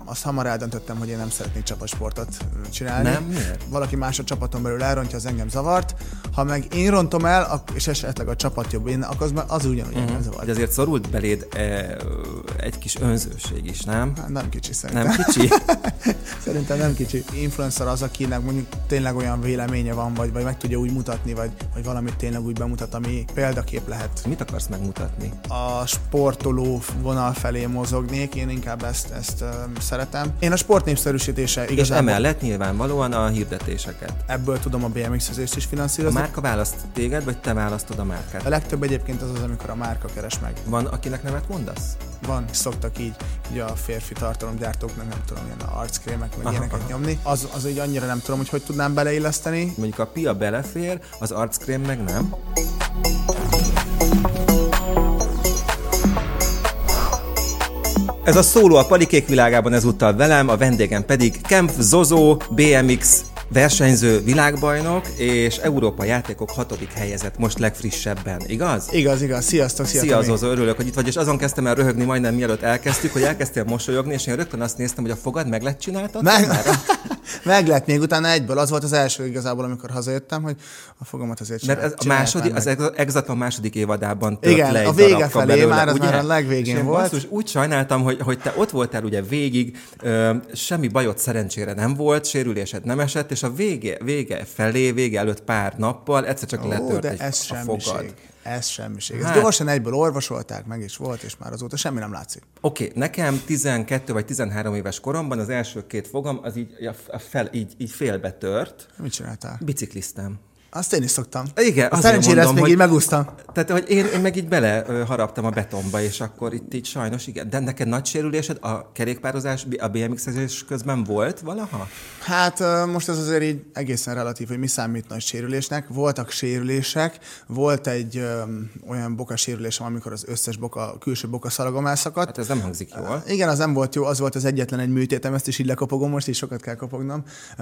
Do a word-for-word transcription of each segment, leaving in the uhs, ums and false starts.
azt hamar eldöntöttem, hogy én nem szeretnék csapatsportot csinálni. Nem? Miért? Valaki más a csapaton belül elrontja, az engem zavart. Ha meg én rontom el, és esetleg a csapat jobb én, akkor az, az ugyanúgy uh-huh. engem zavart. De azért szorult beléd e, egy kis önzőség is, nem? Hát nem kicsi szerintem. Nem kicsi? Szerintem nem kicsi. Influencer az, akinek mondjuk tényleg olyan véleménye van, vagy, vagy meg tudja úgy mutatni, vagy, vagy valamit tényleg úgy bemutat, ami példakép lehet. Mit akarsz megmutatni? A sportoló vonal felé mozognék, én inkább ezt, ezt uh, szeretem. Én a sport népszerűsítése igazából... És emellett nyilvánvalóan a hirdetéseket. Ebből tudom a bé em iksz-ezést is finanszírozni. A márka választ téged, vagy te választod a márkát? A legtöbb egyébként az az, amikor a márka keres meg. Van, akinek nemet mondasz? Van, szoktak így, így a férfi tartalomgyártóknak, nem tudom, ilyen arckrémek, meg aha, ilyeneket aha. nyomni. Az, az így annyira nem tudom, hogy hogy tudnám beleilleszteni. Mondjuk a pia belefér, az arckrém meg nem. Ez a szóló a palikék világában ezúttal velem, a vendégem pedig Kempf Zozó, bé em iksz versenyző, világbajnok és Európa játékok hatodik helyezett most legfrissebben, igaz? Igaz, igaz. Sziasztok, szia, Szia Zozó, örülök, hogy itt vagy, és azon kezdtem el röhögni majdnem mielőtt elkezdtük, hogy elkezdtél mosolyogni, és én rögtön azt néztem, hogy a fogad meg lett csináltad? Meg, meg lett még utána egyből. Az volt az első igazából, amikor hazajöttem, hogy a fogamat azért csinált, mert ez a második, az Exatlon második évadában tört igen, le egy a vége felé belőle, már, az ugye? már a legvégén volt. Basszus, úgy sajnáltam, hogy, hogy te ott voltál ugye végig, ö, semmi bajod szerencsére nem volt, sérülésed nem esett, és a vége, vége felé, vége előtt pár nappal egyszer csak Ó, letört de egy, ez a fogad. semmiség. Ez semmiség. Hát, ezt gyorsan egyből orvosolták, meg is volt, és már azóta semmi nem látszik. Oké, okay, nekem tizenkettő vagy tizenhárom éves koromban az első két fogam az így, a fel, így, így félbe tört. Mit csináltál? Bicikliztem. Azt én is szoktam. Igen, azért szerencsére mondom, ezt még hogy, így megúsztam. Tehát, hogy én, én meg így bele haraptam a betonba, és akkor itt így sajnos, igen. De neked nagy sérülésed a kerékpározás, a bé em iksz-ezés közben volt valaha? Hát most ez azért így egészen relatív, hogy mi számít nagy sérülésnek. Voltak sérülések, volt egy ö, olyan bokasérülésem, amikor az összes boka, a külső bokaszalagom elszakadt. Hát ez nem hangzik jól. Igen, az nem volt jó, az volt az egyetlen egy műtétem, ezt is így lekopogom, most is sokat kell kopognom.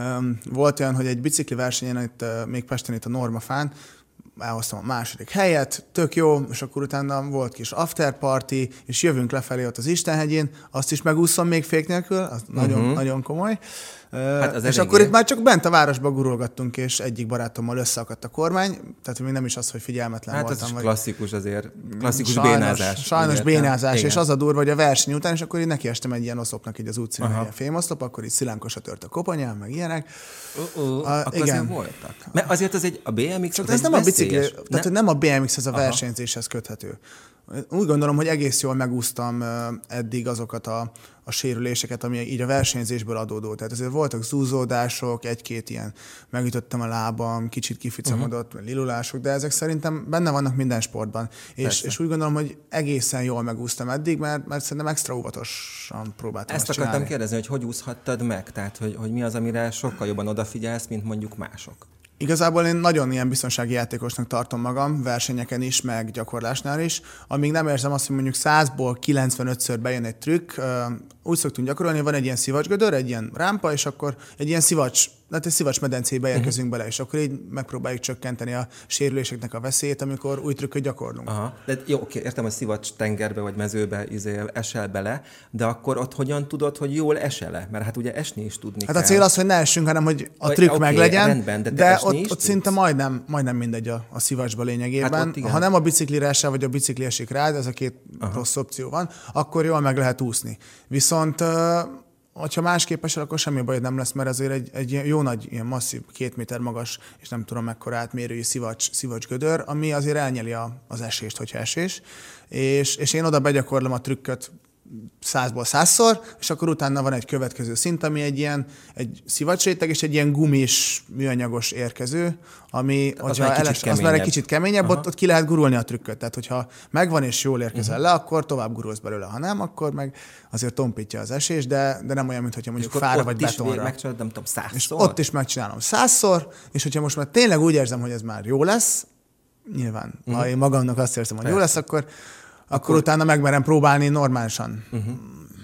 Volt olyan, hogy egy bicikli versenyen, itt még Pesten, itt a Normafán, elhoztam a második helyet, tök jó, és akkor utána volt kis after party, és jövünk lefelé ott az Istenhegyén, azt is megúszom még fék nélkül, az uh-huh. nagyon, nagyon komoly. Hát és akkor itt már csak bent a városba gurulgattunk, és egyik barátommal összeakadt a kormány, tehát még nem is az, hogy figyelmetlen hát voltam. Hát ez vagy... klasszikus azért, klasszikus sajnos, bénázás. Sajnos ugye, bénázás, igen. És az a durva, hogy a verseny után, és akkor így nekiestem egy ilyen oszlopnak így az útszínen, egy ilyen fémoszlop, akkor így szilánkosra tört a koponyám, meg ilyenek. Uh-uh, a, akkor igen. voltak. Mert azért az egy, a bé em iksz csak az ez nem a bicikli, ne? tehát nem a bé em iksz, ez a aha. versenyzéshez köthető. Úgy gondolom, hogy egész jól megúsztam eddig azokat a, a sérüléseket, ami így a versenyzésből adódó. Tehát azért voltak zúzódások, egy-két ilyen megütöttem a lábam, kicsit kificamodott, uh-huh. lilulások, de ezek szerintem benne vannak minden sportban. És, és úgy gondolom, hogy egészen jól megúsztam eddig, mert, mert szerintem extra óvatosan próbáltam ezt ezt akartam csinálni. kérdezni, hogy hogy úszhattad meg? Tehát, hogy, hogy mi az, amire sokkal jobban odafigyelsz, mint mondjuk mások? Igazából én nagyon ilyen biztonsági játékosnak tartom magam, versenyeken is, meg gyakorlásnál is. Amíg nem érzem azt, hogy mondjuk százból kilencvenötször bejön egy trükk, úgy szoktunk gyakorolni, van egy ilyen szivacsgödör, egy ilyen rámpa, és akkor egy ilyen szivacs, hát egy szivacs medencébe érkezünk uh-huh. bele, és akkor így megpróbáljuk csökkenteni a sérüléseknek a veszélyét, amikor új trükköt gyakorlunk. Aha. De jó, oké, értem, hogy szivacs tengerbe vagy mezőbe izél, esel bele, de akkor ott hogyan tudod, hogy jól esel-e? Mert hát ugye esni is tudni Hát kell. a cél az, hogy ne essünk, hanem hogy a trükk okay, meglegyen, rendben, de, de ott, ott szinte majdnem, majdnem mindegy a, a szivacsba lényegében. Hát ha nem a biciklire esel, vagy a bicikli esik rád, ez a két aha. rossz opció van, akkor jól meg lehet úszni. Viszont hogyha másképp esel, akkor semmi baj nem lesz, mert azért egy, egy jó nagy, ilyen masszív, két méter magas, és nem tudom mekkora átmérőjű szivacs, szivacs gödör, ami azért elnyeli a, az esést, hogyha esés. És, és én oda begyakorlom a trükköt százból százszor, és akkor utána van egy következő szint, ami egy ilyen egy szivacsréteg és egy ilyen gumis, műanyagos érkező, ami az, hogyha már, eles, az már egy kicsit keményebb, ott, ott ki lehet gurulni a trükköt. Tehát, hogyha megvan és jól érkezel uh-huh. le, akkor tovább gurulsz belőle. Ha nem, akkor meg azért tompítja az esés, de, de nem olyan, mint hogyha mondjuk fára vagy betonra. Megcsinálod, nem tudom, százszor. És ott is megcsinálom százszor, és hogyha most már tényleg úgy érzem, hogy ez már jó lesz, nyilván, uh-huh. ha én magamnak azt érzem, hogy persze. Jó lesz, akkor Akkor, akkor utána megmerem próbálni normálisan uh-huh.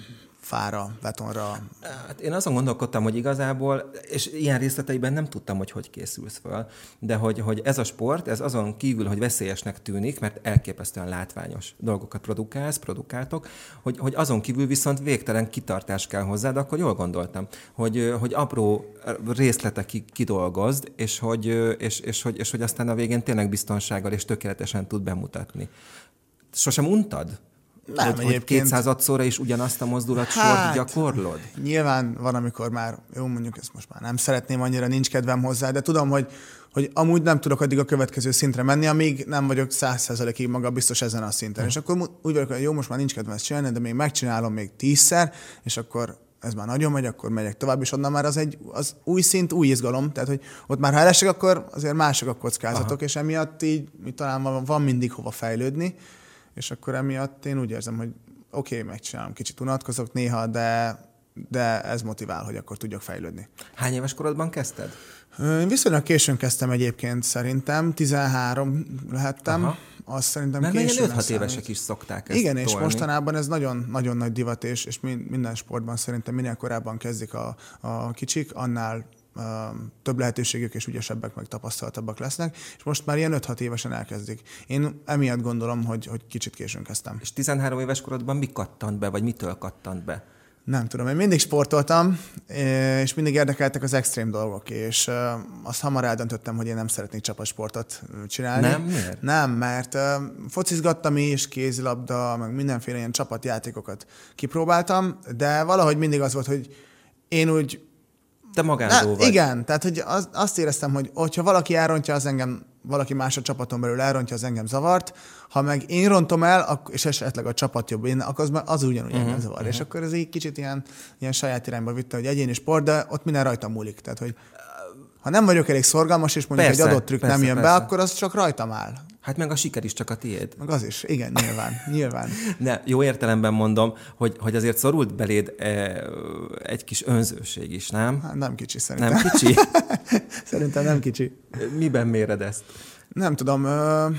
fára, betonra. Hát én azon gondolkodtam, hogy igazából, és ilyen részleteiben nem tudtam, hogy hogy készülsz föl, de hogy, hogy ez a sport, ez azon kívül, hogy veszélyesnek tűnik, mert elképesztően látványos dolgokat produkálsz, produkáltok, hogy, hogy azon kívül viszont végtelen kitartás kell hozzá, de akkor jól gondoltam, hogy, hogy apró részletekig kidolgozd, és hogy, és, és, hogy, és hogy aztán a végén tényleg biztonsággal és tökéletesen tud bemutatni. Sosem untad? Nem, hogy, hogy kétszázadszorra is ugyanazt a mozdulatsort hát, gyakorlod? Nyilván van, amikor már, jó, mondjuk ezt most már nem szeretném annyira, nincs kedvem hozzá, de tudom, hogy, hogy amúgy nem tudok addig a következő szintre menni, amíg nem vagyok száz százalékig maga biztos ezen a szinten. Hmm. És akkor úgy vagyok, hogy jó, most már nincs kedvem ezt csinálni, de még megcsinálom még tízszer, és akkor ez már nagyon megy, akkor megyek tovább, és onnan már az egy az új szint, új izgalom, tehát hogy ott már ha elesek, akkor azért mások a kockázatok, aha. és emiatt így talán van, van mindig hova fejlődni, és akkor emiatt én úgy érzem, hogy oké, okay, megcsinálom, kicsit unatkozok néha, de, de ez motivál, hogy akkor tudjak fejlődni. Hány éves korodban kezdted? Én viszonylag későn kezdtem egyébként szerintem, tizenhárom lehettem. Aha. Azt szerintem mert későn. Mert öt-hat évesek is szokták ezt igen, tolni. És mostanában ez nagyon, nagyon nagy divat, és, és minden sportban szerintem minél korábban kezdik a, a kicsik, annál uh, több lehetőségük és ügyesebbek, meg tapasztaltabbak lesznek, és most már ilyen öt-hat évesen elkezdik. Én emiatt gondolom, hogy, hogy kicsit későn kezdtem. És tizenhárom éves korodban mi kattant be, vagy mitől kattant be? Nem tudom, én mindig sportoltam, és mindig érdekeltek az extrém dolgok, és azt hamar eldöntöttem, hogy én nem szeretnék csapatsportot csinálni. Nem? Miért? Nem, mert focizgattam is, kézilabda, meg mindenféle ilyen csapatjátékokat kipróbáltam, de valahogy mindig az volt, hogy én úgy... Te magándó vagy. Igen, tehát hogy az, azt éreztem, hogy hogyha valaki elrontja az engem, valaki más a csapaton belül elrontja az engem zavart, ha meg én rontom el, és esetleg a csapat jobb, én, akkor az, az ugyanúgy uh-huh, engem zavar. Uh-huh. És akkor ez így kicsit ilyen, ilyen saját irányba vitte, hogy egyéni sport, de ott minden rajtam múlik. Tehát, hogy ha nem vagyok elég szorgalmas, és mondjuk persze, egy adott trükk persze, nem jön persze. be, akkor az csak rajtam áll. Hát meg a siker is csak a tiéd. Meg az is, igen, nyilván. nyilván. Ne, jó értelemben mondom, hogy, hogy azért szorult beléd e, egy kis önzőség is, nem? Hát nem kicsi szerintem. Nem kicsi? Szerintem nem kicsi. Miben méred ezt? Nem tudom. Ö,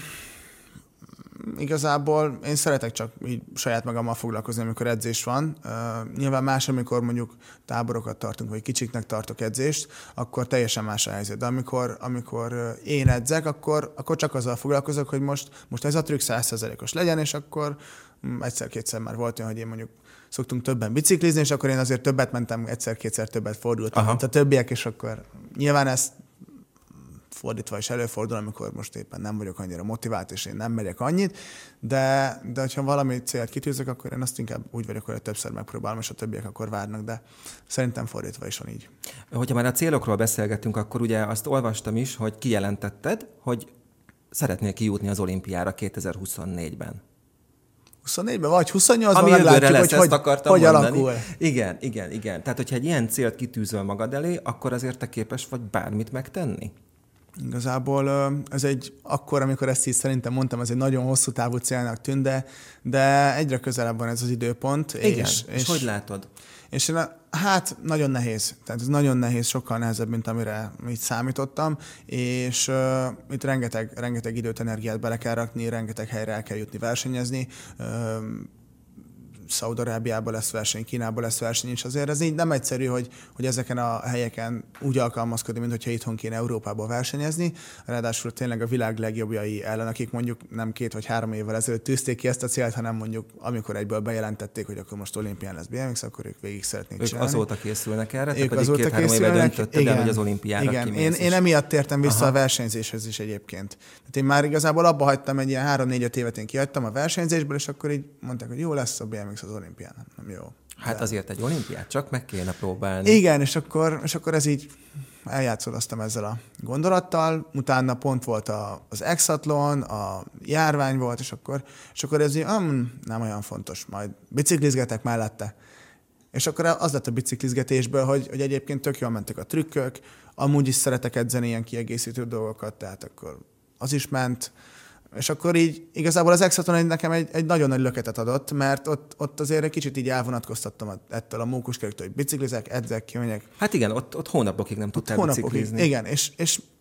igazából én szeretek csak így saját magammal foglalkozni, amikor edzés van. Ö, nyilván más, amikor mondjuk táborokat tartunk, vagy kicsiknek tartok edzést, akkor teljesen más a helyzet. De amikor, amikor én edzek, akkor, akkor csak azzal foglalkozok, hogy most, most ez a trükk száz százalékos legyen, és akkor egyszer-kétszer már volt olyan, hogy én mondjuk szoktunk többen biciklizni, és akkor én azért többet mentem, egyszer-kétszer többet fordultam, mint a többiek, és akkor nyilván ezt fordítva is előfordul, amikor most éppen nem vagyok annyira motivált, és én nem megyek annyit, de, de hogyha valami célt kitűzök, akkor én azt inkább úgy vagyok, hogy többször megpróbálom, és a többiek akkor várnak, de szerintem fordítva is van így. Hogyha már a célokról beszélgetünk, akkor ugye azt olvastam is, hogy kijelentetted, hogy szeretnél kijutni az olimpiára kétezer-huszonnégyben. huszonnégyben vagy huszonnyolcban meglátjuk, lesz, hogy hogy, hogy alakul. Igen, igen, igen. Tehát, hogyha egy ilyen célt kitűzöl magad elé, akkor azért te képes vagy bármit megtenni? Igazából ez egy, akkor, amikor ezt így szerintem mondtam, ez egy nagyon hosszú távú célnak tűnt, de, de egyre közelebb van ez az időpont. Igen, és, és, és hogy látod? És hát nagyon nehéz. Tehát ez nagyon nehéz, sokkal nehezebb, mint amire így számítottam, és uh, itt rengeteg, rengeteg időt, energiát bele kell rakni, rengeteg helyre el kell jutni versenyezni, uh, Szaúd-Arábiában lesz verseny, Kínában lesz verseny, és azért ez így nem egyszerű, hogy, hogy ezeken a helyeken úgy alkalmazkodni, mint hogyha itthon kéne Európában versenyezni. Ráadásul tényleg a világ legjobbjai ellen, akik mondjuk nem két vagy három évvel ezelőtt tűzték ki ezt a célt, hanem mondjuk amikor egyből bejelentették, hogy akkor most olimpián lesz bé em iksz, akkor ők végig szeretnék ők csinálni. Ők azóta készülnek erre, te ők pedig két-három éve döntötted el, hogy az olimpiára igen. kimész. Én, én emiatt tértem vissza Aha. a versenyzéshez is egyébként. Tehát én már igazából abba hagytam egy ilyen három-négy-öt évet, én kihagytam a versenyzésből, és akkor így mondták, hogy jó lesz a bé em iksz az olimpián. Nem jó. Hát de... azért egy olimpiát csak meg kéne próbálni. Igen, és akkor, és akkor ez így eljátszolaztam ezzel a gondolattal. Utána pont volt a, az exatlon, a járvány volt, és akkor, és akkor ez így, um, nem olyan fontos, majd biciklizgetek mellette. És akkor az lett a biciklizgetésből, hogy, hogy egyébként tök jól mentek a trükkök, amúgy is szeretek edzeni ilyen kiegészítő dolgokat, tehát akkor az is ment. És akkor így igazából az exatlon nekem egy, egy nagyon nagy löketet adott, mert ott, ott azért egy kicsit így elvonatkoztattam ettől a mókuskeréktől, hogy biciklizek, edzek, kimegyek. Hát igen, ott, ott hónapokig nem tudtál hónapokig, biciklizni. Igen, és, és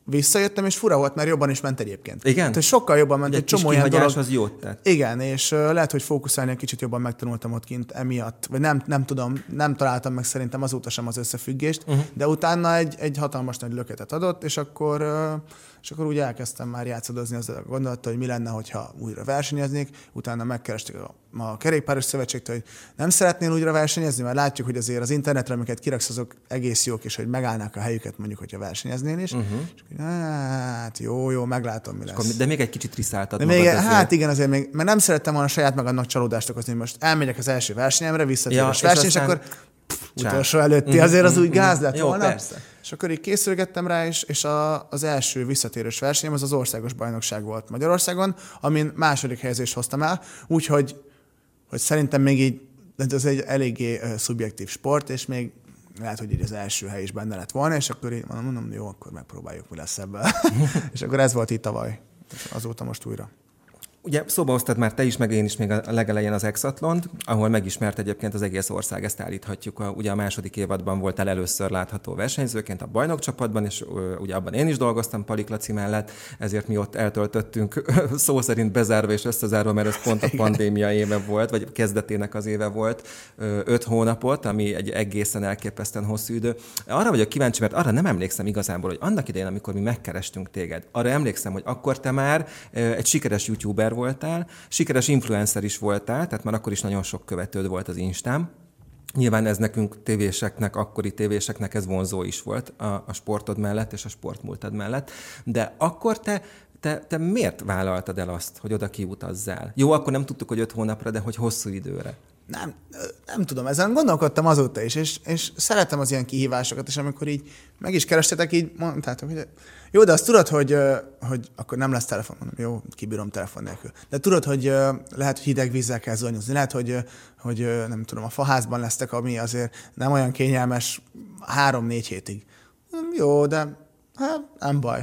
visszajöttem, és fura volt, mert jobban is ment egyébként. Igen? Tehát sokkal jobban ment, egy csomó ilyen dolog. az jót tett. Igen, és uh, lehet, hogy fókuszálni egy kicsit jobban megtanultam ott kint emiatt, vagy nem, nem tudom, nem találtam meg szerintem azóta sem az összefüggést, uh-huh. de utána egy, egy hatalmas nagy löketet adott, és akkor, uh, és akkor úgy elkezdtem már játszadozni azzal a gondolattal, hogy mi lenne, hogyha újra versenyeznék. Utána megkeresték a, a kerékpáros szövetségtől, hogy nem szeretnél újra versenyezni, mert látjuk, hogy azért az internetre, amiket kiraksz, azok egész jók, és hogy megállnák a helyüket, mondjuk, hogyha versenyeznél is. Uh-huh. És akkor, hát jó, jó, meglátom, mi lesz. Akkor, de még egy kicsit riszáltad de még, hát igen, azért még, mert nem szerettem volna saját magadnak csalódást okozni, hogy most elmegyek az első versenyemre, visszatérő ja, verseny, és, és akkor pff, utolsó előtti, uh-huh, azért az uh-huh, úgy gáz lett jó, volna. Persze. És akkor így készülgettem rá, és, és a, az első visszatérős versenyem az az országos bajnokság volt Magyarországon, amin második helyezést hoztam el, úgyhogy hogy szerintem még így, de ez egy eléggé uh, szubjektív sport, és még lehet, hogy így az első hely is benne lett volna, és akkor így mondom, jó, akkor megpróbáljuk, mi lesz ebből. És akkor ez volt itt tavaly, azóta most újra. Ugye szóba hoztad már te is, meg én is még a legelején az Exatlont, ahol megismert egyébként az egész ország, ezt állíthatjuk. A, ugye a második évadban voltál először látható versenyzőként a bajnokcsapatban, és ugye abban én is dolgoztam Palik Laci mellett, ezért mi ott eltöltöttünk szó szerint bezárva és összezárva, mert ez pont a pandémia éve volt, vagy kezdetének az éve volt, öt hónapot, ami egy egészen elképesztően hosszú idő. Arra vagyok kíváncsi, mert arra nem emlékszem igazából, hogy annak idején, amikor mi megkerestünk téged, arra emlékszem, hogy akkor te már egy sikeres youtuber voltál, sikeres influencer is voltál, tehát már akkor is nagyon sok követőd volt az Instán. Nyilván ez nekünk tévéseknek, akkori tévéseknek ez vonzó is volt a, a sportod mellett és a sportmúltad mellett, de akkor te, te, te miért vállaltad el azt, hogy oda kiutazzál? Jó, akkor nem tudtuk, hogy öt hónapra, de hogy hosszú időre. Nem, nem tudom, ezen gondolkodtam azóta is, és, és szeretem az ilyen kihívásokat, és amikor így meg is kerestetek, így mondtátok, hogy jó, de azt tudod, hogy, hogy akkor nem lesz telefon, mondom, jó, kibírom telefon nélkül. De tudod, hogy lehet, hogy hideg vízzel kell zonyozni, lehet, hogy, hogy nem tudom, a faházban lesztek, ami azért nem olyan kényelmes három-négy hétig. Jó, de hát nem baj.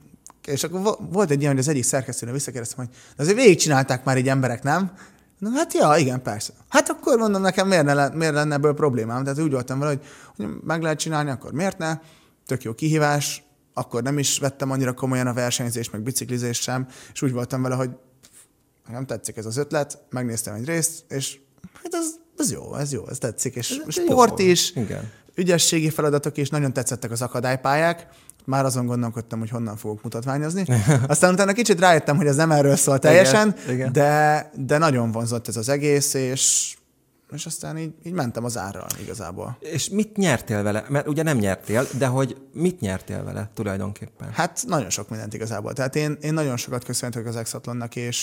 És akkor volt egy ilyen, hogy az egyik szerkesztőnő visszakérdeztem, hogy de azért végigcsinálták már így emberek, nem? Na, hát ja, igen, persze. Hát akkor mondom nekem, miért, ne, miért lenne ebből problémám? Tehát úgy voltam vele, hogy, hogy meg lehet csinálni, akkor miért ne? Tök jó kihívás, akkor nem is vettem annyira komolyan a versenyzést, meg biciklizést sem, és úgy voltam vele, hogy nem tetszik ez az ötlet, megnéztem egy részt, és hát ez, ez jó, ez jó, ez tetszik, és ez sport jó. Is, igen. Ügyességi feladatok is, nagyon tetszettek az akadálypályák, már azon gondolkodtam, hogy honnan fogok mutatványozni. Aztán utána kicsit rájöttem, hogy ez nem erről szól teljesen, igen, igen. De, de nagyon vonzott ez az egész, és, és aztán így, így mentem az árral igazából. És mit nyertél vele? Mert ugye nem nyertél, de hogy mit nyertél vele tulajdonképpen? Hát nagyon sok mindent igazából. Tehát én, én nagyon sokat köszönhetök az Exatlonnak, és,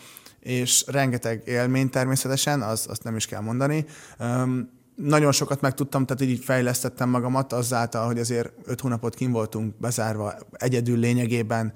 és rengeteg élmény természetesen, az, azt nem is kell mondani. Um, Nagyon sokat megtudtam, tehát így fejlesztettem magamat azáltal, hogy azért öt hónapot kint voltunk bezárva egyedül lényegében.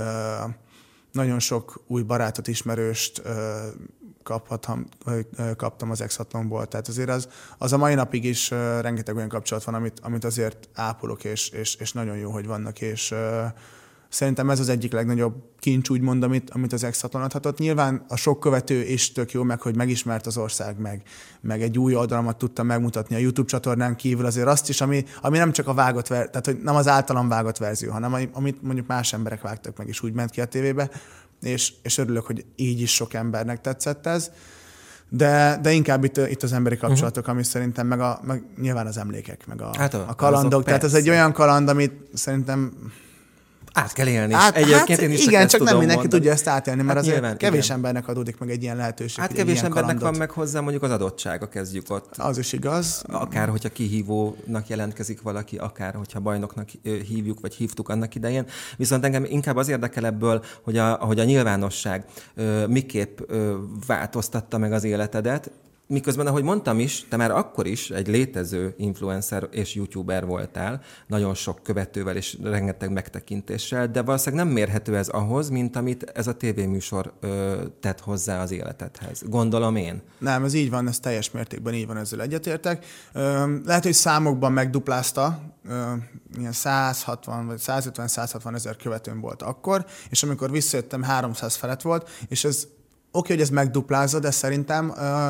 Nagyon sok új barátot, ismerőst kaphatom, kaptam az Exatlonból. Tehát azért az, az a mai napig is rengeteg olyan kapcsolat van, amit, amit azért ápolok, és, és, és nagyon jó, hogy vannak, és szerintem ez az egyik legnagyobb kincs, úgymond, amit, amit az Exatlon adhatott. Nyilván a sok követő is tök jó, meg hogy megismert az ország, meg, meg egy új oldalamat tudtam megmutatni a YouTube csatornán kívül, azért azt is, ami, ami nem csak a vágott, ver, tehát hogy nem az általam vágott verzió, hanem amit mondjuk más emberek vágtak meg, és úgy ment ki a tévébe, és, és örülök, hogy így is sok embernek tetszett ez. De, de inkább itt, itt az emberi kapcsolatok, uh-huh. ami szerintem, meg, a, meg nyilván az emlékek, meg a, hát a, a kalandok. Tehát ez egy olyan kaland, amit szerintem át kell élni. Át, Egyébként hát, én is igen, csak nem mindenki mondani. tudja ezt átélni, mert hát azért nyilván, kevés igen. embernek adódik meg egy ilyen lehetőség. Hát kevés embernek kalandot. Van meg hozzá mondjuk az adottsága, kezdjük ott. Az is igaz. Akár, hogyha kihívónak jelentkezik valaki, akár, hogyha bajnoknak hívjuk, vagy hívtuk annak idején. Viszont engem inkább az érdekel ebből, hogy a, hogy a nyilvánosság ö, miképp ö, változtatta meg az életedet, miközben, ahogy mondtam is, te már akkor is egy létező influencer és youtuber voltál, nagyon sok követővel és rengeteg megtekintéssel, de valószínűleg nem mérhető ez ahhoz, mint amit ez a tévéműsor ö, tett hozzá az életedhez. Gondolom én? Nem, ez így van, ez teljes mértékben így van, ezzel egyetértek. Ö, lehet, hogy számokban megduplázta, ö, ilyen száz hatvan vagy száz ötven száz hatvan ezer követőm volt akkor, és amikor visszajöttem, háromszáz felett volt, és ez oké, hogy ez megduplázza, de szerintem ö,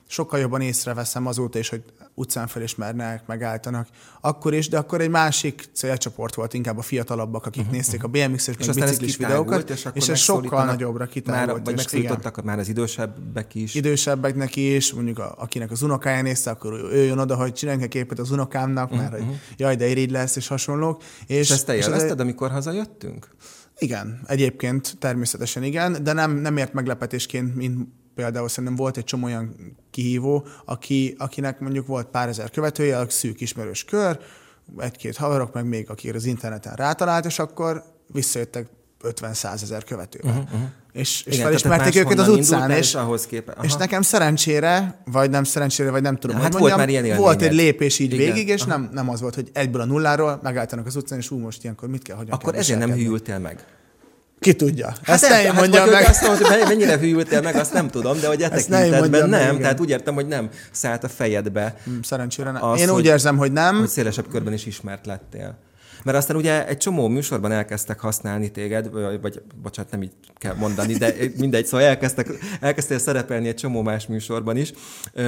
sokkal jobban észreveszem azóta is, hogy utcán felismernek, megálltanak. Akkor is, de akkor egy másik célcsoport volt, inkább a fiatalabbak, akik uh-huh. nézték a bé em iksz-es, meg biciklis videókat, és, és ez sokkal nagyobbra kitágult. Vagy megszólítottak már az idősebbek is. Idősebbeknek is, mondjuk a, akinek az unokája nézte, akkor ő jön oda, hogy csináljunk egy képet az unokámnak, mert uh-huh. hogy jaj, de irigy lesz, és hasonlók. És, és ezt te élvezted, amikor hazajöttünk? Igen, egyébként természetesen igen, de nem, nem ért meglepetésként, mint például szerintem volt egy csomó olyan kihívó, aki, akinek mondjuk volt pár ezer követője, a szűk ismerős kör, egy-két haverok, meg még aki az interneten rátalált, és akkor visszajöttek ötven-százezer követővel. Uh-huh, uh-huh. És, és felismerték őket az utcán, és, ahhoz képe, és nekem szerencsére, vagy nem szerencsére, vagy nem tudom, ja, hogy hát mondjam, volt, már ilyen volt egy lépés így igen. végig, és nem, nem az volt, hogy egyből a nulláról megálltanak az utcán, és ú, most ilyenkor mit kell, hogyan Akkor kell ezért nem hűltél meg. Ki tudja. Hát ezt ne én mondjam hát, meg. Azt mondom, hogy mennyire hűltél meg, azt nem tudom, de hogy e tekintetben nem. Meg, tehát úgy értem, hogy nem szállt a fejedbe. Szerencsére nem. Az, én úgy hogy, érzem, hogy nem. Hogy szélesebb körben is ismert lettél. Mert aztán ugye egy csomó műsorban elkezdtek használni téged, vagy, vagy bocsánat, nem így kell mondani, de mindegy, szóval elkezdtek, elkezdtél szerepelni egy csomó más műsorban is.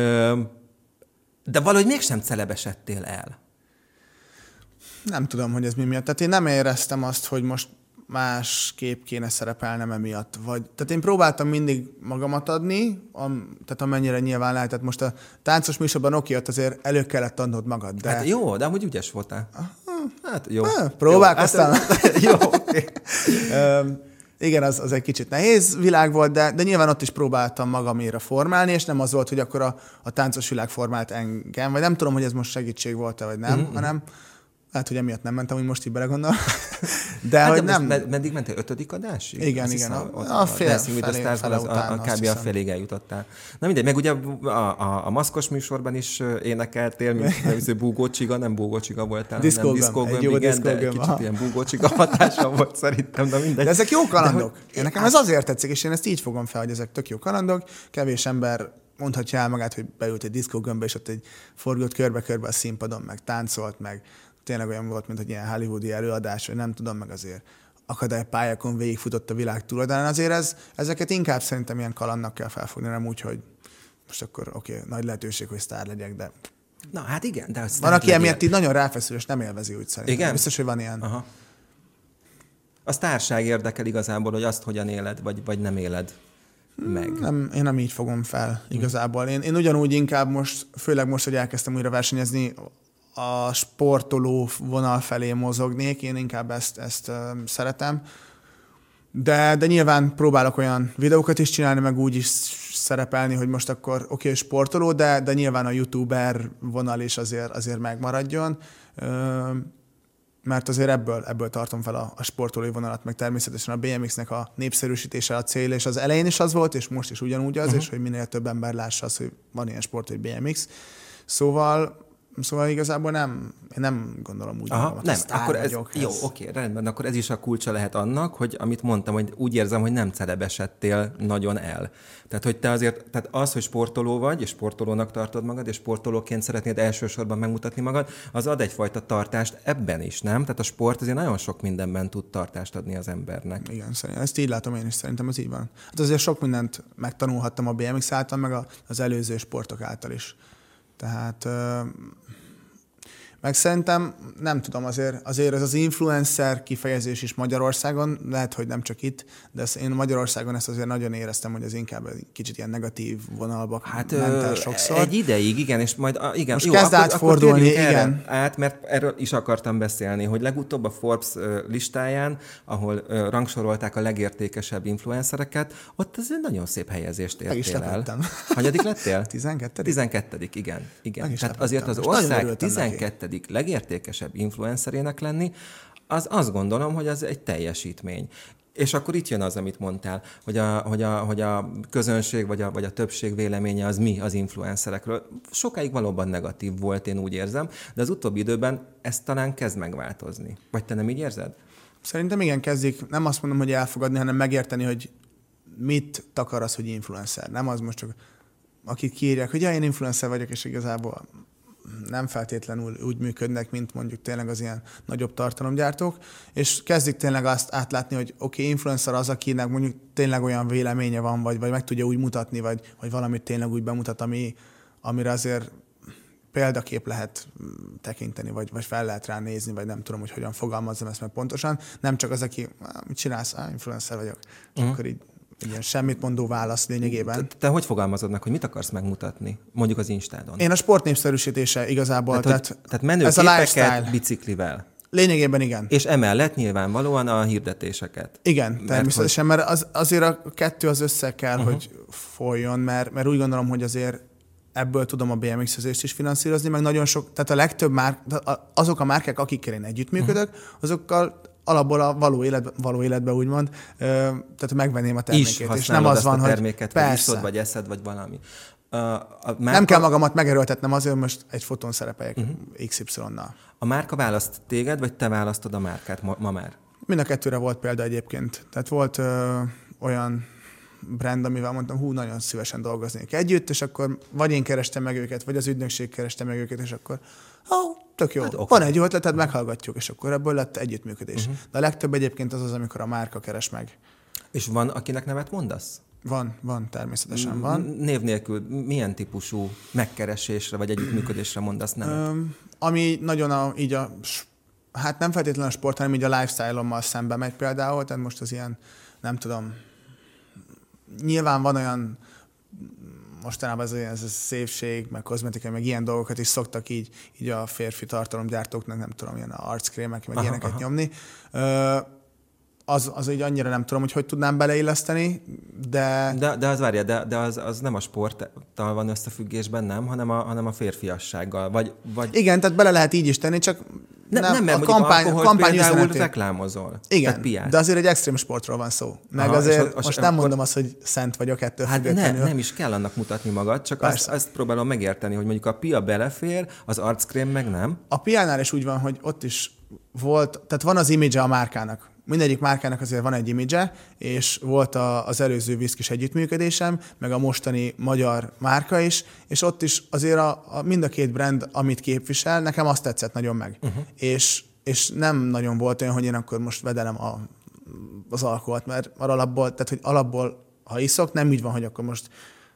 De valahogy mégsem celebesedtél el. Nem tudom, hogy ez mi miatt. Tehát én nem éreztem azt, hogy most másképp kéne szerepelnem emiatt. Vagy, tehát én próbáltam mindig magamat adni, am, tehát amennyire nyilván lehetett. Most a táncos műsorban oké, ott azért elő kellett adnod magad. De... Hát jó, de amúgy ügyes voltál. Hát jó. Ha, próbálkoztam. Jó, hát, jó okay. um, igen, az, az egy kicsit nehéz világ volt, de, de nyilván ott is próbáltam magaméra formálni, és nem az volt, hogy akkor a, a táncos világ formált engem, vagy nem tudom, hogy ez most segítség volt-e, vagy nem, mm-hmm. hanem lehet, hogy emiatt nem mentem, hogy most így belegondol. De hát hogy de nem... Med- meddig mentél? Ötödik adásig? Igen, azt igen. Hiszem, A, a fél, a felé, fele az, után, a, a kb. A félig eljutottál. Na mindegy, meg ugye a, a, a maszkos műsorban is énekeltél, mint búgócsiga, nem búgócsiga voltál, hanem diszkógömb, igen, de egy kicsit ilyen búgócsiga hatása volt szerintem, de mindegy. De ezek jó kalandok. De, én nekem ez azért tetszik, és én ezt így fogom fel, hogy ezek tök jó kalandok. Kevés ember mondhatja el magát, hogy beült egy diszkógömbbe, és ott egy forgott körbe-körbe a színpadon, meg táncolt, meg tényleg olyan volt, mint egy ilyen hollywoodi előadás, vagy nem tudom, meg azért akadálypályákon végigfutott a világ túloldalán. Azért ez, ezeket inkább szerintem ilyen kalandnak kell felfogni, nem úgy, hogy most akkor oké, okay, nagy lehetőség, hogy sztár legyek, de... Na hát igen, de... Van, aki emiatt így nagyon ráfeszül, és nem élvezi úgy szerintem. Igen? Biztos, hogy van ilyen. Aha. A sztárság érdekel igazából, hogy azt hogyan éled, vagy, vagy nem éled meg. Nem, én nem így fogom fel igazából. Én, én ugyanúgy inkább most, főleg most, hogy elkezdtem újra versenyezni, a sportoló vonal felé mozognék, én inkább ezt, ezt uh, szeretem. De, de nyilván próbálok olyan videókat is csinálni, meg úgy is szerepelni, hogy most akkor oké, okay, sportoló, de, de nyilván a youtuber vonal is azért, azért megmaradjon. Uh, mert azért ebből, ebből tartom fel a, a sportolói vonalat, meg természetesen a bé em iksz-nek a népszerűsítése a cél, és az elején is az volt, és most is ugyanúgy az, uh-huh. és hogy minél több ember lássa azt, hogy van ilyen sport, hogy bé em iksz. Szóval Szóval igazából nem, én nem gondolom úgy, Aha, hogy nem, akkor ez, vagyok, jó, ez... oké, rendben, akkor ez is a kulcsa lehet annak, hogy amit mondtam, hogy úgy érzem, hogy nem celebesedtél nagyon el. Tehát, hogy te azért, tehát az, hogy sportoló vagy, és sportolónak tartod magad, és sportolóként szeretnéd elsősorban megmutatni magad, az ad egyfajta tartást ebben is, nem? Tehát a sport azért nagyon sok mindenben tud tartást adni az embernek. Igen, szerintem. Ezt így látom én is, szerintem ez így van. Hát azért sok mindent megtanulhattam a bé em iksz által, meg az előző sportok által is. Tehát meg szerintem, nem tudom, azért, azért ez az influencer kifejezés is Magyarországon, lehet, hogy nem csak itt, de ezt én Magyarországon ezt azért nagyon éreztem, hogy ez inkább egy kicsit ilyen negatív vonalba hát ment el sokszor. Egy ideig, igen, és majd a, igen. Most jó, kezd akkor, átfordulni, akkor igen. Át, mert erről is akartam beszélni, hogy legutóbb a Forbes listáján, ahol rangsorolták a legértékesebb influencereket, ott ez egy nagyon szép helyezést értél el. Hanyadik lettél? tizenkettedik tizenkettedik, igen. igen. Tehát azért az ország tizenkettedik legértékesebb influencerének lenni, az azt gondolom, hogy az egy teljesítmény. És akkor itt jön az, amit mondtál, hogy a, hogy a, hogy a közönség vagy a, vagy a többség véleménye az mi az influencerekről. Sokáig valóban negatív volt, én úgy érzem, de az utóbbi időben ez talán kezd megváltozni. Vagy te nem így érzed? Szerintem igen, kezdik, nem azt mondom, hogy elfogadni, hanem megérteni, hogy mit takar az, hogy influencer. Nem az most csak, akik kiírják, hogy ja, én influencer vagyok, és igazából nem feltétlenül úgy működnek, mint mondjuk tényleg az ilyen nagyobb tartalomgyártók, és kezdik tényleg azt átlátni, hogy oké, okay, influencer az, akinek mondjuk tényleg olyan véleménye van, vagy, vagy meg tudja úgy mutatni, vagy, vagy valamit tényleg úgy bemutat, ami, amire azért példakép lehet tekinteni, vagy, vagy fel lehet rá nézni, vagy nem tudom, hogy hogyan fogalmazzam ezt meg pontosan. Nem csak az, aki, mit csinálsz? Ah, influencer vagyok. És uh-huh. akkor így ilyen semmit mondó válasz lényegében. Te, te hogy fogalmazod meg, hogy mit akarsz megmutatni? Mondjuk az Instádon. Én a sport népszerűsítése igazából. Tehát, tehát, tehát menő ez képeket biciklivel. Lényegében igen. És emellett nyilvánvalóan a hirdetéseket. Igen, mert természetesen, hogy... mert az, azért a kettő az össze kell, uh-huh. hogy folyjon, mert, mert úgy gondolom, hogy azért ebből tudom a bé em iksz-ezést is finanszírozni, meg nagyon sok, tehát a legtöbb már, azok a márkák, akikkel én együttműködök, uh-huh. azokkal alapból a való, élet, való életben úgymond, tehát megvenném a termékét. Is és nem az van, a terméket, hogy vagy iszod, vagy eszed, vagy valami. A, a márka... Nem kell magamat megerőltetnem azért, hogy most egy fotón szerepeljek uh-huh. iksz ipszilonnal. A márka választ téged, vagy te választod a márkát ma, ma már? Mind a kettőre volt példa egyébként. Tehát volt ö, olyan brand, amivel mondtam, hú, nagyon szívesen dolgoznék együtt, és akkor vagy én kerestem meg őket, vagy az ügynökség kereste meg őket, és akkor ó, tök jó. Hát, okay. Van egy jó ötleted, meghallgatjuk, és akkor ebből lett együttműködés. Uh-huh. De a legtöbb egyébként az az, amikor a márka keres meg. És van, akinek nevet mondasz? Van, van, természetesen van. Név nélkül milyen típusú megkeresésre vagy együttműködésre mondasz nevet? Um, ami nagyon a, így a, hát nem feltétlenül a sport, hanem így a lifestyle-ommal szembe megy például, tehát most az ilyen, nem tudom, nyilván van olyan, mostanában ez, ez a szépség, meg kozmetikai, meg ilyen dolgokat is szoktak így, így a férfi tartalomgyártóknak, nem tudom, ilyen arckrémek, meg aha, ilyeneket aha. nyomni. Ö, az, az így annyira nem tudom, hogy hogy tudnám beleilleszteni, de... De, de az várja, de, de az, az nem a sporttal van összefüggésben, nem, hanem a, hanem a férfiassággal. Vagy, vagy... Igen, tehát bele lehet így is tenni, csak ne, nem, nem, mert a kampány, alkoholt kampány például üzenetét. reklámozol. Igen, de azért egy extrém sportról van szó. Meg aha, azért az, az, most nem akkor... mondom azt, hogy szent vagyok ettől hát függetlenül. Ne, nem is kell annak mutatni magad, csak azt, azt próbálom megérteni, hogy mondjuk a pia belefér, az arckrém meg nem. A piánál is úgy van, hogy ott is volt, tehát van az image a márkának. Mindegyik márkának azért van egy image, és volt a, az előző viszkis együttműködésem, meg a mostani magyar márka is, és ott is azért a, a, mind a két brand, amit képvisel, nekem azt tetszett nagyon meg. Uh-huh. És, és nem nagyon volt olyan, hogy én akkor most vedelem a, az alkoholt, mert alapból, tehát hogy alapból, ha iszok, nem így van, hogy akkor most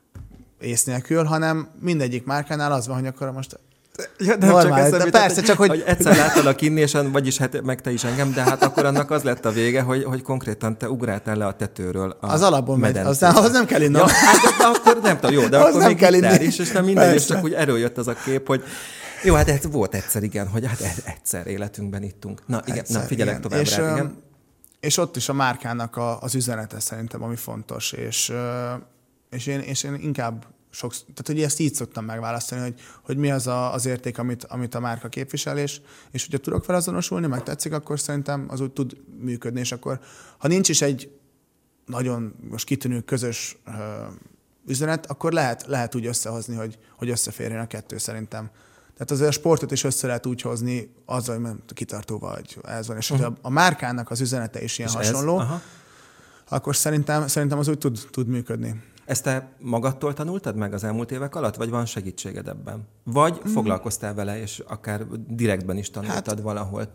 ész nélkül, hanem mindegyik márkánál az van, hogy akkor most... Ja, nem normál, csak eszembe, persze, csak hogy... hogy egyszer láttalak inni, és vagyis hát meg te is engem, de hát akkor annak az lett a vége, hogy, hogy konkrétan te ugráltál le a tetőről a az alapból megy, az nem, az nem kell innom. Ja, hát, de akkor nem tudom, jó, de az akkor még kell inni. Is, és nem minden, és csak úgy erőjött az a kép, hogy jó, hát ez volt egyszer, igen, hogy hát egyszer életünkben ittunk. Na, igen, egyszer, na figyelek igen. tovább és, rá, igen. És ott is a márkának a, az üzenete szerintem, ami fontos, és, és, én, és én inkább Sok, tehát, hogy ezt így szoktam megválasztani, hogy, hogy mi az a, az érték, amit, amit a márka képvisel, és, és hogyha tudok felazonosulni, meg tetszik, akkor szerintem az úgy tud működni, és akkor, ha nincs is egy nagyon most kitűnő közös uh, üzenet, akkor lehet, lehet úgy összehozni, hogy, hogy összeférjen a kettő szerintem. Tehát azért a sportot is össze lehet úgy hozni azzal, hogy kitartó vagy, ez van. És uh-huh. hogyha a márkának az üzenete is ilyen és hasonló, ez? Akkor szerintem, szerintem az úgy tud, tud működni. Ezt te magadtól tanultad meg az elmúlt évek alatt, vagy van segítséged ebben? Vagy mm. foglalkoztál vele, és akár direktben is tanultad hát, valahol?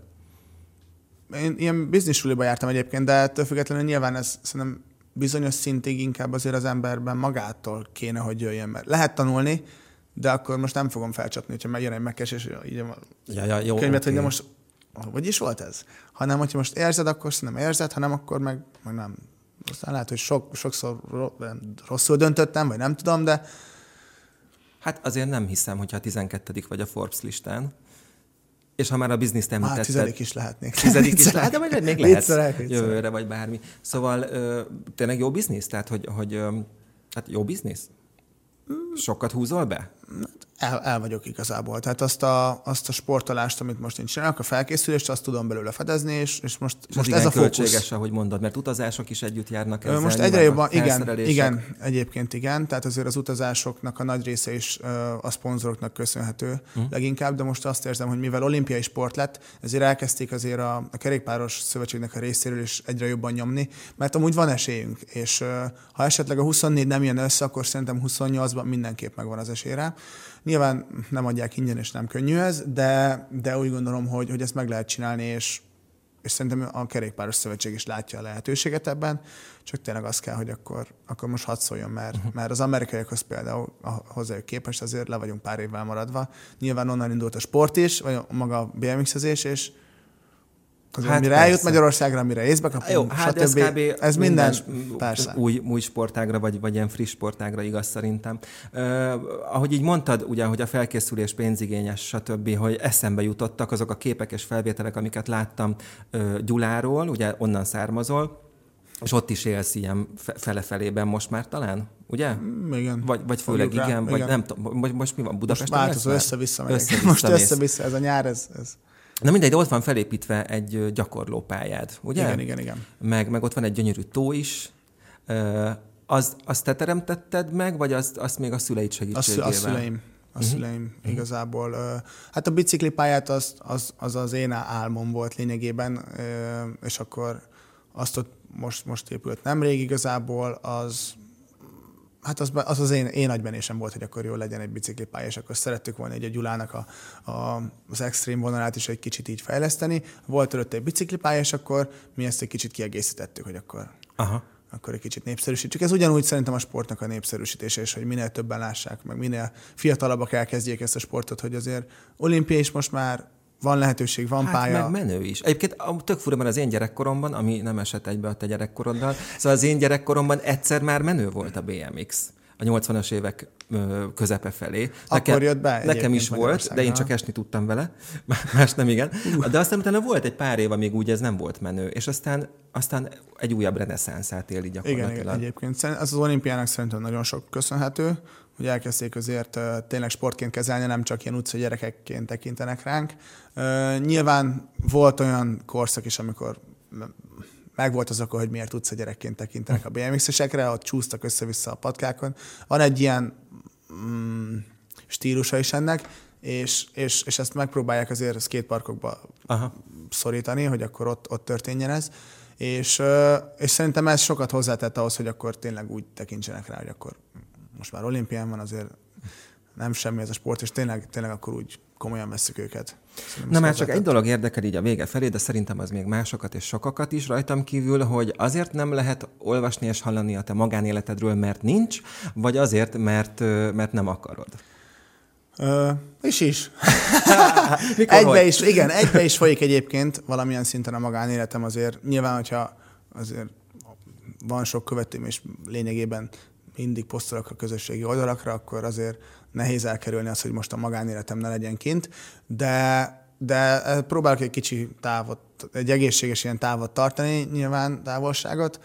Én ilyen bizniszsuliba jártam egyébként, de ettől függetlenül nyilván ez szerintem bizonyos szintig inkább azért az emberben magától kéne, hogy jöjjön. Mert lehet tanulni, de akkor most nem fogom felcsapni, hogyha megjön egy megkeresés, így a ja, ja, jó, könyvet, okay. hogy de most, hogy is volt ez? Hanem, hogyha most érzed, akkor szerintem érzed, hanem akkor meg, meg nem. Aztán lehet, hogy sok, sokszor rosszul döntöttem, vagy nem tudom, de... Hát azért nem hiszem, hogyha a tizenkettedik vagy a Forbes listán. És ha már a bizniszt említetted... Hát tizedik is lehetnék. Tizedik is lehet, de majd még lehetsz jövőre, vagy bármi. Szóval ö, tényleg jó biznisz? Tehát, hogy, hogy ö, hát jó biznisz? Sokat húzol be? El, el vagyok igazából. Tehát azt a, azt a sportolást, amit most én csinálok, a felkészülést, azt tudom belőle fedezni, és, és most, és most ez a fókusz. Költséges, ahogy mondod, mert utazások is együtt járnak ezzel. Most egyre jobban, igen, igen, egyébként igen, tehát azért az utazásoknak a nagy része is a szponzoroknak köszönhető hm. leginkább, de most azt érzem, hogy mivel olimpiai sport lett, ezért elkezdték azért a, a kerékpáros szövetségnek a részéről is egyre jobban nyomni, mert amúgy van esélyünk, és ha esetleg a huszonnégy nem jön össze, akkor szerintem huszonnyolcban mindenki mindenképp megvan az esélyre. Nyilván nem adják ingyen, és nem könnyű ez, de, de úgy gondolom, hogy, hogy ezt meg lehet csinálni, és, és szerintem a Kerékpáros Szövetség is látja a lehetőséget ebben, csak tényleg az kell, hogy akkor, akkor most hadd szóljon, mert, uh-huh. mert az amerikaiakhoz például hozzájuk képest azért le vagyunk pár évvel maradva. Nyilván onnan indult a sport is, vagy maga a bé em iksz-ezés, és azért, hát mire persze. eljut Magyarországra, mire észbe kapunk, Jó, hát stb. Ez, kb. ez minden, persze. Új, új sportágra, vagy, vagy ilyen friss sportágra igaz szerintem. Uh, ahogy így mondtad, ugye, hogy a felkészülés pénzigényes, stb., hogy eszembe jutottak azok a képek és felvételek, amiket láttam uh, Gyuláról, ugye onnan származol, és ott is élsz ilyen fele-felében most már talán, ugye? Igen. Vagy, vagy főleg igen, igen, vagy igen. nem tudom, most, most mi van, Budapesten? Most változó, össze-vissza megyek. Össze-vissza most össze-vissza, ez a nyár, ez... ez... Na mindegy, de ott van felépítve egy gyakorlópályád, ugye? Igen, igen, igen. Meg, meg ott van egy gyönyörű tó is. Az, azt te teremtetted meg, vagy azt, azt még a szüleid segítségével? A, a szüleim. A uh-huh. szüleim uh-huh. igazából. Hát a biciklipályát az az, az az én álmom volt lényegében, és akkor azt ott most, most épült nemrég igazából, az... Hát az az, az én, én agybenésem volt, hogy akkor jól legyen egy biciklipálya, és akkor szerettük volna egy a Gyulának a, a, az extrém vonalát is egy kicsit így fejleszteni. Volt előtte egy biciklipálya, és akkor mi ezt egy kicsit kiegészítettük, hogy akkor, Aha. akkor egy kicsit népszerűsítsük. Ez ugyanúgy szerintem a sportnak a népszerűsítése, és hogy minél többen lássák, meg minél fiatalabbak elkezdjék ezt a sportot, hogy azért olimpia is most már van lehetőség, van hát pálya. Meg menő is. Egyébként tök fura, mert az én gyerekkoromban, ami nem esett egybe a te gyerekkoroddal, szóval az én gyerekkoromban egyszer már menő volt a bé em iksz. A nyolcvanas évek közepe felé. Nekem, Akkor jött be nekem is volt, de én csak esni tudtam vele, más nem igen. De aztán utána volt egy pár év, amíg úgy ez nem volt menő, és aztán, aztán egy újabb reneszánszát éli gyakorlatilag. Igen, igen, egyébként. Ez az olimpiának szerintem nagyon sok köszönhető, hogy elkezdték azért uh, tényleg sportként kezelni, nem csak ilyen utca gyerekekként tekintenek ránk. Uh, nyilván volt olyan korszak is, amikor megvolt az oka, hogy miért utca gyerekként tekintenek a bé em iksz-esekre, ott csúsztak össze-vissza a patkákon. Van egy ilyen mm, stílusa is ennek, és, és, és ezt megpróbálják azért a skateparkokba Aha. szorítani, hogy akkor ott, ott történjen ez. És, és szerintem ez sokat hozzátett ahhoz, hogy akkor tényleg úgy tekintsenek rá, hogy akkor most már olimpián van, azért nem semmi ez a sport, és tényleg, tényleg akkor úgy komolyan vesszük őket. Szerintem Na már csak egy dolog érdekel így a vége felé, de szerintem az még másokat és sokakat is rajtam kívül, hogy azért nem lehet olvasni és hallani a te magánéletedről, mert nincs, vagy azért, mert, mert nem akarod? Ö, és is. egybe is. Igen, egybe is folyik egyébként valamilyen szinten a magánéletem azért. Nyilván, hogyha azért van sok követőm, és lényegében mindig posztolok a közösségi oldalakra, akkor azért nehéz elkerülni azt, hogy most a magánéletem ne legyen kint, de, de próbálok egy kicsi távot, egy egészséges ilyen távot tartani, nyilván távolságot.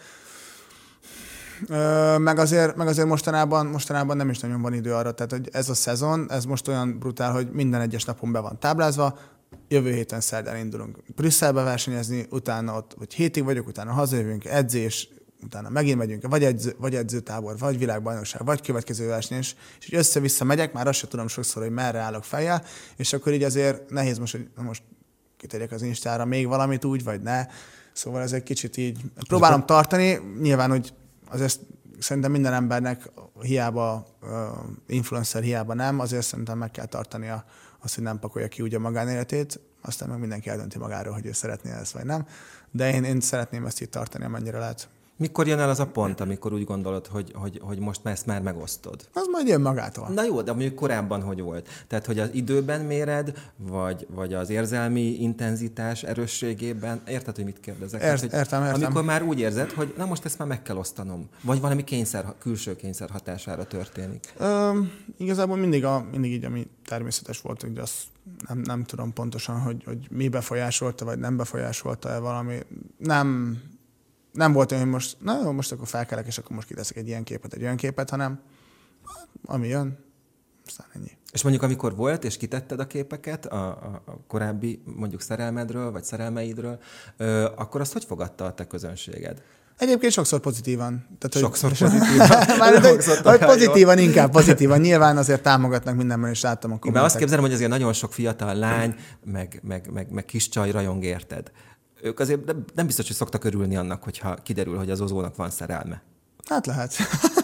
Meg azért, meg azért mostanában, mostanában nem is nagyon van idő arra, tehát hogy ez a szezon, ez most olyan brutál, hogy minden egyes napon be van táblázva, jövő héten szerdán indulunk Brüsszelbe versenyezni, utána ott, vagy hétig vagyok, utána hazajövünk, edzés, utána megint megyünk, vagy, edző, vagy edzőtábor, vagy világbajnokság, vagy következő verseny, és így össze-vissza megyek, már azt sem tudom sokszor, hogy merre állok fejjel, és akkor így azért nehéz most, hogy most kitegyek az Instára még valamit úgy, vagy ne. Szóval ez egy kicsit így próbálom tartani, nyilván, hogy azért szerintem minden embernek hiába uh, influencer, hiába nem, azért szerintem meg kell tartania azt, hogy nem pakolja ki úgy a magánéletét, aztán meg mindenki eldönti magáról, hogy ő szeretné ezt, vagy nem. De én, én szeretném ezt így tartani, amennyire lehet. Mikor jön el az a pont, amikor úgy gondolod, hogy, hogy, hogy most már ezt már megosztod? Az majd jön magától. Na jó, de mondjuk korábban hogy volt? Tehát, hogy az időben méred, vagy, vagy az érzelmi intenzitás erősségében? Érted, hogy mit kérdezek? Ért, Tehát, hogy értem, értem. Amikor már úgy érzed, hogy na most ezt már meg kell osztanom. Vagy valami kényszer, külső kényszer hatására történik? Ö, igazából mindig, a, mindig így, ami természetes volt, hogy azt nem, nem tudom pontosan, hogy, hogy mi befolyásolta, vagy nem befolyásolta-e valami. Nem... Nem volt olyan, hogy most, na jó, most akkor felkelek, és akkor most kiteszek egy ilyen képet, egy olyan képet, hanem ami jön, aztán ennyi. És mondjuk amikor volt, és kitetted a képeket a, a, a korábbi mondjuk szerelmedről, vagy szerelmeidről, ö, akkor azt hogy fogadta a te közönséged? Egyébként sokszor pozitívan. Tehát, sokszor hogy, pozitívan. Már hogy pozitívan, inkább pozitívan. Nyilván azért támogatnak mindenben, és láttam a kommentek. Mert azt képzelem, hogy azért nagyon sok fiatal lány, meg, meg, meg, meg kis csaj rajong érted. Ők azért nem biztos, hogy szoktak örülni annak, hogyha kiderül, hogy az Ozónak van szerelme. Hát lehet.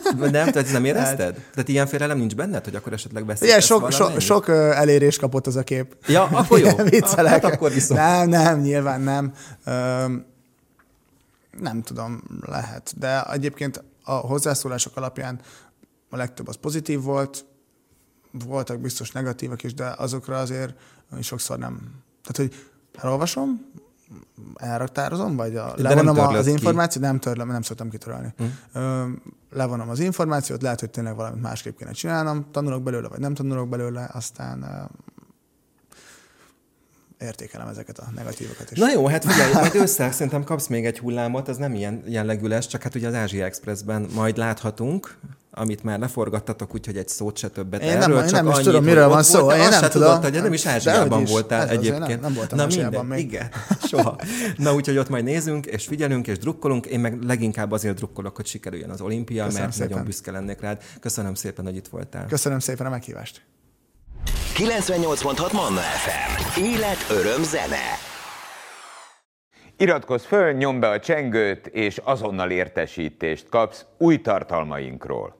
Nem, tehát nem érezted? Tehát ilyen félelem nincs benned, hogy akkor esetleg Ugye beszélsz sok, so, sok uh, elérés kapott az a kép. Ja, akkor jó. Viccelek. Hát akkor viszont. Nem, nem, nyilván nem. Um, nem tudom, lehet. De egyébként a hozzászólások alapján a legtöbb az pozitív volt, voltak biztos negatívak is, de azokra azért sokszor nem. Tehát, hogy elolvasom, elraktározom, vagy a, levonom az információt, nem törlöm, nem szoktam kitörölni. Hmm. Levonom az információt, lehet, hogy tényleg valamit másképp kéne csinálnom, tanulok belőle, vagy nem tanulok belőle, aztán értékelem ezeket a negatívokat is. Na jó, hát figyelj, majd ősszel szerintem kapsz még egy hullámot, az nem ilyen jellegű lesz, csak hát ugye az Ázsia Expressben majd láthatunk, amit már leforgattatok, úgyhogy egy szót se többet én erről, nem, csak én nem is annyit, tudom, miről van szó. Volt, én nem tudom. tudom. Tudod, hogy nem is Ázsiában voltál ez egyébként. Nem, nem voltam Na Ázsiában minden, még. igen, soha. Na úgyhogy ott majd nézünk, és figyelünk, és drukkolunk. Én meg leginkább azért drukkolok, hogy sikerüljön az olimpia, Köszönöm mert szépen. Nagyon büszke lennék rád. Köszönöm szépen, hogy itt voltál. Köszönöm szépen a meghívást. kilencvennyolc pont hat Manna ef em. Élet, öröm, zene. Iratkozz föl, nyomd be a csengőt, és azonnal értesítést kapsz új tartalmainkról.